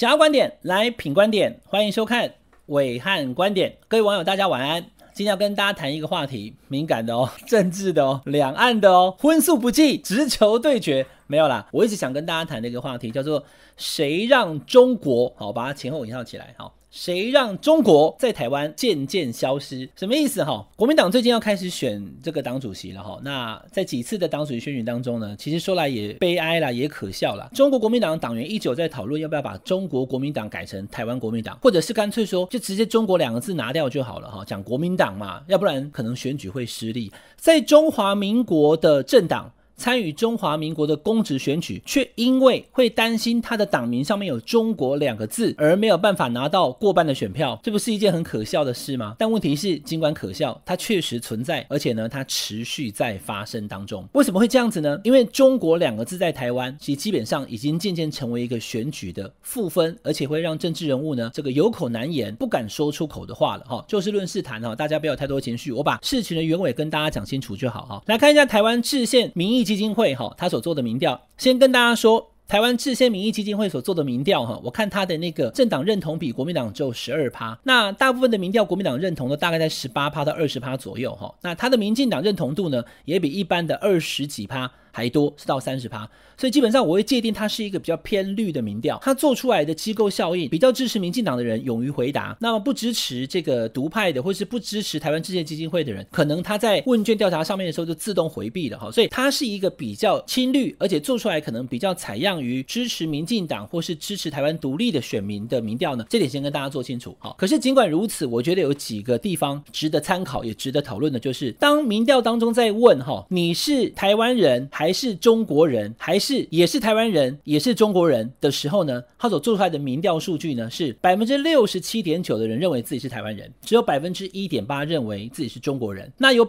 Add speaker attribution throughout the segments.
Speaker 1: 想要观点来品观点，欢迎收看暐瀚观点。各位网友大家晚安。今天要跟大家谈一个话题，敏感的哦，政治的哦，两岸的哦，荤素不忌，直球对决。没有啦，我一直想跟大家谈的一个话题叫做谁让中国，好，把它前后引号起来，好，谁让中国在台湾渐渐消失？什么意思哈？国民党最近要开始选这个党主席了哈。那在几次的党主席选举当中呢，其实说来也悲哀啦，也可笑啦。中国国民党党员一直有在讨论要不要把中国国民党改成台湾国民党，或者是干脆说就直接中国两个字拿掉就好了哈，讲国民党嘛，要不然可能选举会失利。在中华民国的政党参与中华民国的公职选举，却因为会担心他的党名上面有中国两个字，而没有办法拿到过半的选票，这不是一件很可笑的事吗？但问题是，尽管可笑，它确实存在，而且呢，它持续在发生当中。为什么会这样子呢？因为中国两个字在台湾，其实基本上已经渐渐成为一个选举的负分，而且会让政治人物呢，这个有口难言，不敢说出口的话了哈。就事论事谈哈，大家不要有太多情绪，我把事情的原委跟大家讲清楚就好哈。来看一下台湾制宪民意基金会他所做的民调，先跟大家说台湾制宪民意基金会所做的民调，我看他的那个政党认同比国民党只有 12%， 那大部分的民调国民党认同都大概在 18% 到 20% 左右，那他的民进党认同度呢也比一般的20几%还多，是到 30%， 所以基本上我会界定它是一个比较偏绿的民调，它做出来的机构效应比较支持民进党的人勇于回答，那么不支持这个独派的或是不支持台湾制宪基金会的人，可能他在问卷调查上面的时候就自动回避了，所以它是一个比较亲绿，而且做出来可能比较采样于支持民进党或是支持台湾独立的选民的民调呢，这点先跟大家做清楚。可是尽管如此，我觉得有几个地方值得参考也值得讨论的，就是当民调当中在问你是台湾人还是中国人，还是也是台湾人也是中国人的时候呢，他所做出来的民调数据呢是 67.9% 的人认为自己是台湾人，只有 1.8% 认为自己是中国人，那有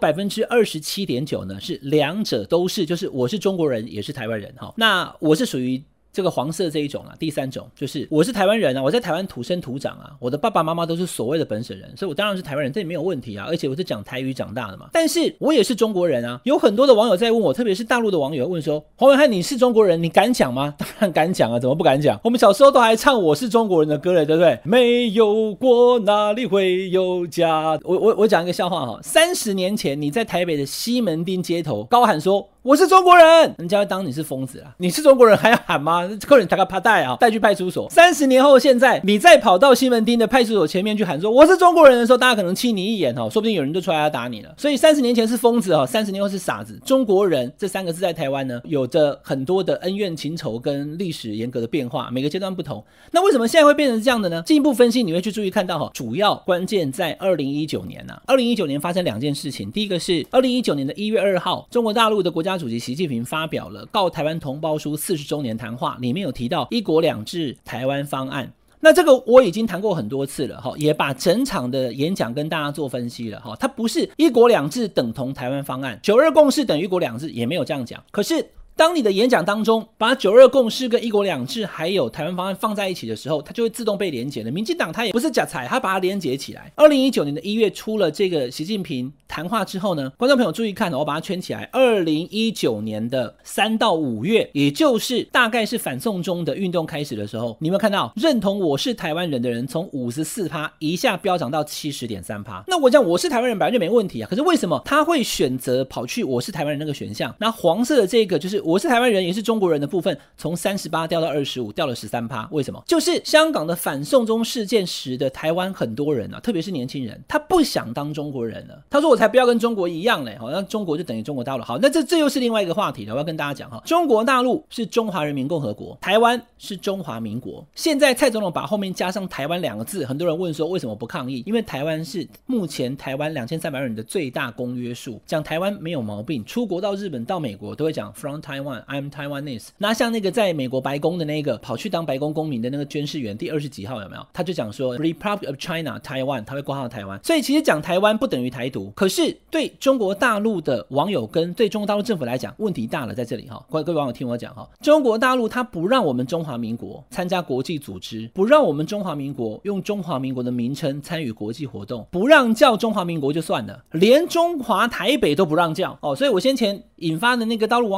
Speaker 1: 27.9% 呢是两者都是，就是我是中国人也是台湾人。那我是属于这个黄色这一种啊，第三种就是我是台湾人啊，我在台湾土生土长啊，我的爸爸妈妈都是所谓的本省人，所以我当然是台湾人，这也没有问题啊，而且我是讲台语长大的嘛。但是我也是中国人啊，有很多的网友在问我，特别是大陆的网友问说，黄暐瀚你是中国人，你敢讲吗？当然敢讲啊，怎么不敢讲？我们小时候都还唱我是中国人的歌了，对不对？没有国哪里会有家。我讲一个笑话哈，30年前你在台北的西门町街头高喊说我是中国人，人家会当你是疯子啦！你是中国人还要喊吗？客人打个趴带啊，带去派出所。30年后，现在你再跑到西门町的派出所前面去喊说我是中国人的时候，大家可能气你一眼说不定有人就出来要打你了。所以30年前是疯子30年后是傻子。中国人这3个字在台湾呢，有着很多的恩怨情仇跟历史严格的变化，每个阶段不同。那为什么现在会变成这样的呢？进一步分析，你会去注意看到主要关键在2019年啊。2019年发生2件事情，第一个是2019年的1月2号，中国大陆的国家主席习近平发表了告台湾同胞书40周年谈话，里面有提到一国两制台湾方案。那这个我已经谈过很多次了，也把整场的演讲跟大家做分析了，它不是一国两制等同台湾方案，92共识等于一国两制，也没有这样讲。可是当你的演讲当中把92共识跟一国两制还有台湾方案放在一起的时候，它就会自动被连结了。民进党它也不是假财，它把它连结起来。2019年的1月出了这个习近平谈话之后呢，观众朋友注意看，我把它圈起来。2019年的3到5月，也就是大概是反送中的运动开始的时候，你有没有看到认同我是台湾人的人从 54% 一下飙涨到 70.3%。 那我讲我是台湾人本来就没问题啊，可是为什么他会选择跑去我是台湾人那个选项？那黄色的这个就是我是台湾人也是中国人的部分，从 38 掉到 25， 掉了 13%。 为什么？就是香港的反送中事件使得台湾很多人啊，特别是年轻人，他不想当中国人了。他说我才不要跟中国一样嘞，那中国就等于中国大陆。好，那这又是另外一个话题了，我要跟大家讲中国大陆是中华人民共和国，台湾是中华民国。现在蔡总统把后面加上台湾2个字，很多人问说为什么不抗议？因为台湾是目前台湾2300万人的最大公约数，讲台湾没有毛病，出国到日本到美国都会讲 From Taiwan I'm Taiwanese。 那像那个在美国白宫的那个跑去当白宫公民的那个捐士员第20几号有没有？他就讲说 Republic of China Taiwan， 他会挂号台湾。所以其实讲台湾不等于台独，可是对中国大陆的网友跟对中国大陆政府来讲问题大了，在这里各位网友听我讲中国大陆他不让我们中华民国参加国际组织，不让我们中华民国用中华民国的名称参与国际活动，不让叫中华民国就算了，连中华台北都不让叫所以我先前引发的那个大陆网友的分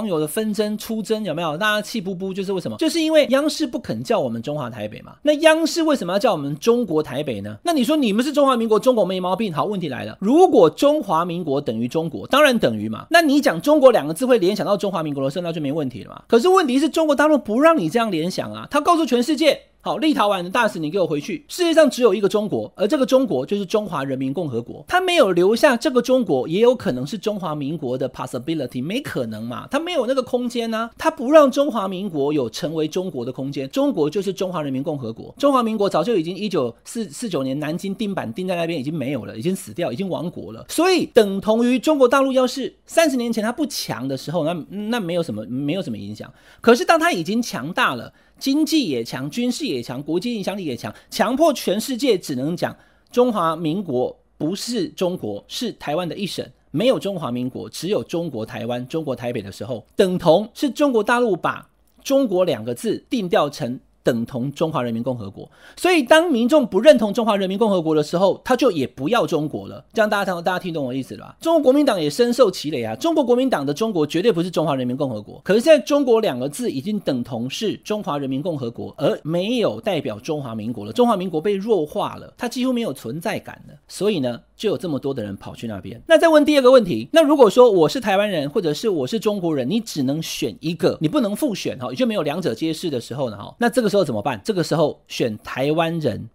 Speaker 1: 纷争出征，有没有？大家气不不，就是为什么？就是因为央视不肯叫我们中华台北嘛。那央视为什么要叫我们中国台北呢？那你说你们是中华民国，中国没毛病。好，问题来了，如果中华民国等于中国，当然等于嘛。那你讲中国2个字会联想到中华民国的时候，那就没问题了嘛。可是问题是中国大陆不让你这样联想啊，他告诉全世界，好，立陶宛的大使你给我回去，世界上只有一个中国，而这个中国就是中华人民共和国。他没有留下这个中国也有可能是中华民国的 possibility， 没可能嘛，他没有那个空间啊，他不让中华民国有成为中国的空间。中国就是中华人民共和国，中华民国早就已经1949年南京钉板钉在那边，已经没有了，已经死掉，已经亡国了。所以等同于中国大陆要是30年前他不强的时候，那没有什么影响。可是当他已经强大了，经济也强，军事也强，国际影响力也强，强迫全世界只能讲中华民国不是中国，是台湾的一省，没有中华民国，只有中国台湾，中国台北的时候，等同是中国大陆把中国2个字定调成等同中华人民共和国。所以当民众不认同中华人民共和国的时候，他就也不要中国了。这样大家听懂我的意思了吧？中国国民党也深受其累啊。中国国民党的中国绝对不是中华人民共和国，可是现在中国2个字已经等同是中华人民共和国，而没有代表中华民国了。中华民国被弱化了，它几乎没有存在感了。所以呢，就有这么多的人跑去那边。那再问第2个问题，那如果说我是台湾人，或者是我是中国人，你只能选一个，你不能复选，也就没有2者皆是的时候呢，那这个时候怎么办？这个时候选台湾人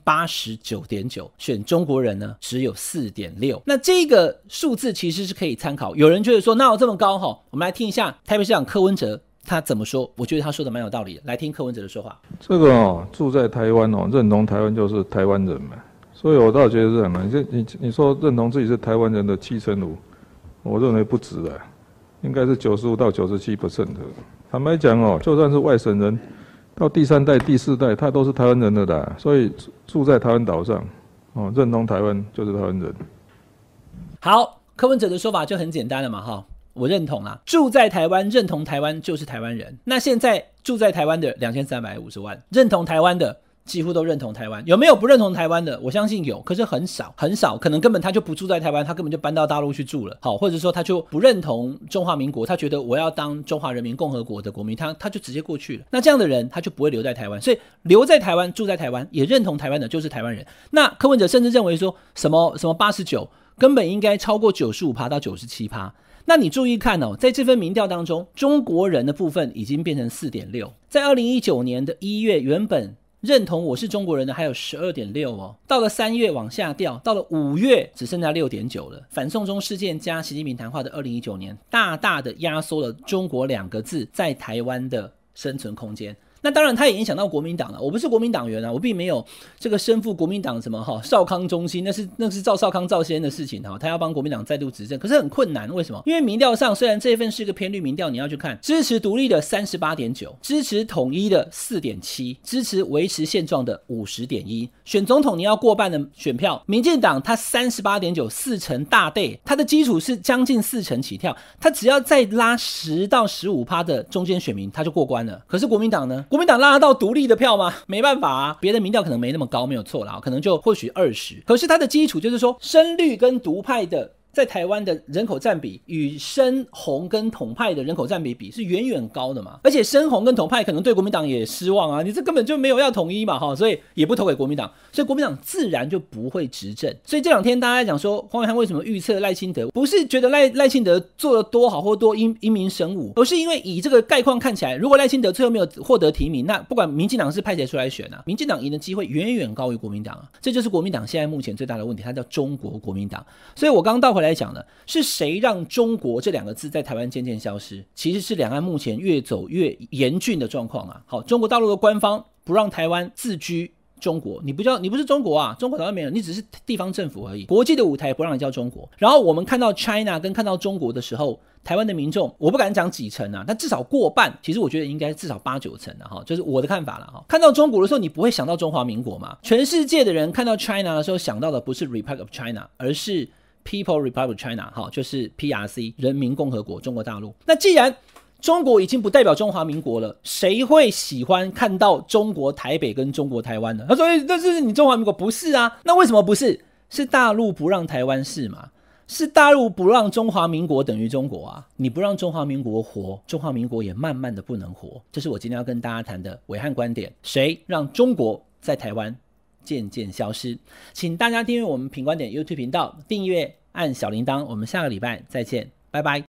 Speaker 1: 89.9%， 选中国人呢只有 4.6%。 那这个数字其实是可以参考。有人觉得说哪有这么高？我们来听一下台北市长柯文哲他怎么说。我觉得他说的蛮有道理的，来听柯文哲的说话。
Speaker 2: 这个住在台湾认同台湾就是台湾人嘛，所以我倒觉得是这样嘛。你说认同自己是台湾人的75%，我认为不止啊，应该是95%到97%的。坦白讲就算是外省人，到第3代、第4代，他都是台湾人的啦。所以住在台湾岛上，认同台湾就是台湾人。
Speaker 1: 好，柯文哲的说法就很简单了嘛，我认同啦，住在台湾认同台湾就是台湾人。那现在住在台湾的2350万，认同台湾的几乎都认同台湾。有没有不认同台湾的？我相信有，可是很少，可能根本他就不住在台湾，他根本就搬到大陆去住了。好，或者说他就不认同中华民国，他觉得我要当中华人民共和国的国民，他就直接过去了。那这样的人他就不会留在台湾，所以留在台湾、住在台湾也认同台湾的就是台湾人。那柯文哲甚至认为说什么89%根本应该超过95%到97%。那你注意看在这份民调当中，中国人的部分已经变成 4.6%。 在2019年的1月，原本认同我是中国人的还有 12.6%到了3月往下掉，到了5月只剩下 6.9% 了。反送中事件加习近平谈话的2019年，大大的压缩了中国2个字在台湾的生存空间。那当然它也影响到国民党了。我不是国民党员啊，我并没有这个身负国民党什么少康中心，那是赵少康赵先生的事情他要帮国民党再度执政，可是很困难。为什么？因为民调上虽然这份是一个偏绿民调，你要去看支持独立的 38.9%， 支持统一的 4.7%， 支持维持现状的 50.1%。 选总统你要过半的选票，民进党它 38.9%， 4成大队，它的基础是将近4成起跳，它只要再拉10到15%的中间选民它就过关了。可是国民党呢？国民党拉到独立的票吗？没办法啊，别的民调可能没那么高，没有错啦，可能就或许20%。可是它的基础就是说，深绿跟独派的在台湾的人口占比与深红跟统派的人口占比是远远高的嘛。而且深红跟统派可能对国民党也失望啊，你这根本就没有要统一嘛，所以也不投给国民党，所以国民党自然就不会执政。所以这2天大家在讲说黄伟汉为什么预测赖清德，不是觉得赖清德做得多好或多英明神武，而是因为以这个概况看起来，如果赖清德最后没有获得提名，那不管民进党是派谁出来选啊，民进党赢的机会远远高于国民党啊。这就是国民党现在目前最大的问题，它叫中国国民党。所以我刚倒回来讲的是谁让中国这2个字在台湾渐渐消失？其实是两岸目前越走越严峻的状况啊。好，中国大陆的官方不让台湾自居中国，你不是中国啊，中国台湾没有，你只是地方政府而已。国际的舞台不让你叫中国。然后我们看到 China 跟看到中国的时候，台湾的民众我不敢讲几成啊，但至少过半，其实我觉得应该至少8-9成啊，就是我的看法啦。看到中国的时候，你不会想到中华民国嘛？全世界的人看到 China 的时候想到的不是 Republic of China， 而是People Republic of China， 就是 PRC 人民共和国中国大陆。那既然中国已经不代表中华民国了，谁会喜欢看到中国台北跟中国台湾呢？他说这是你中华民国，不是啊。那为什么不是？是大陆不让台湾是嘛？ 是大陆不让中华民国等于中国啊，你不让中华民国活，中华民国也慢慢的不能活。这是我今天要跟大家谈的暐瀚观点，谁让中国在台湾渐渐消失。请大家订阅我们品观点 YouTube 频道，订阅按小铃铛，我们下个礼拜再见，拜拜。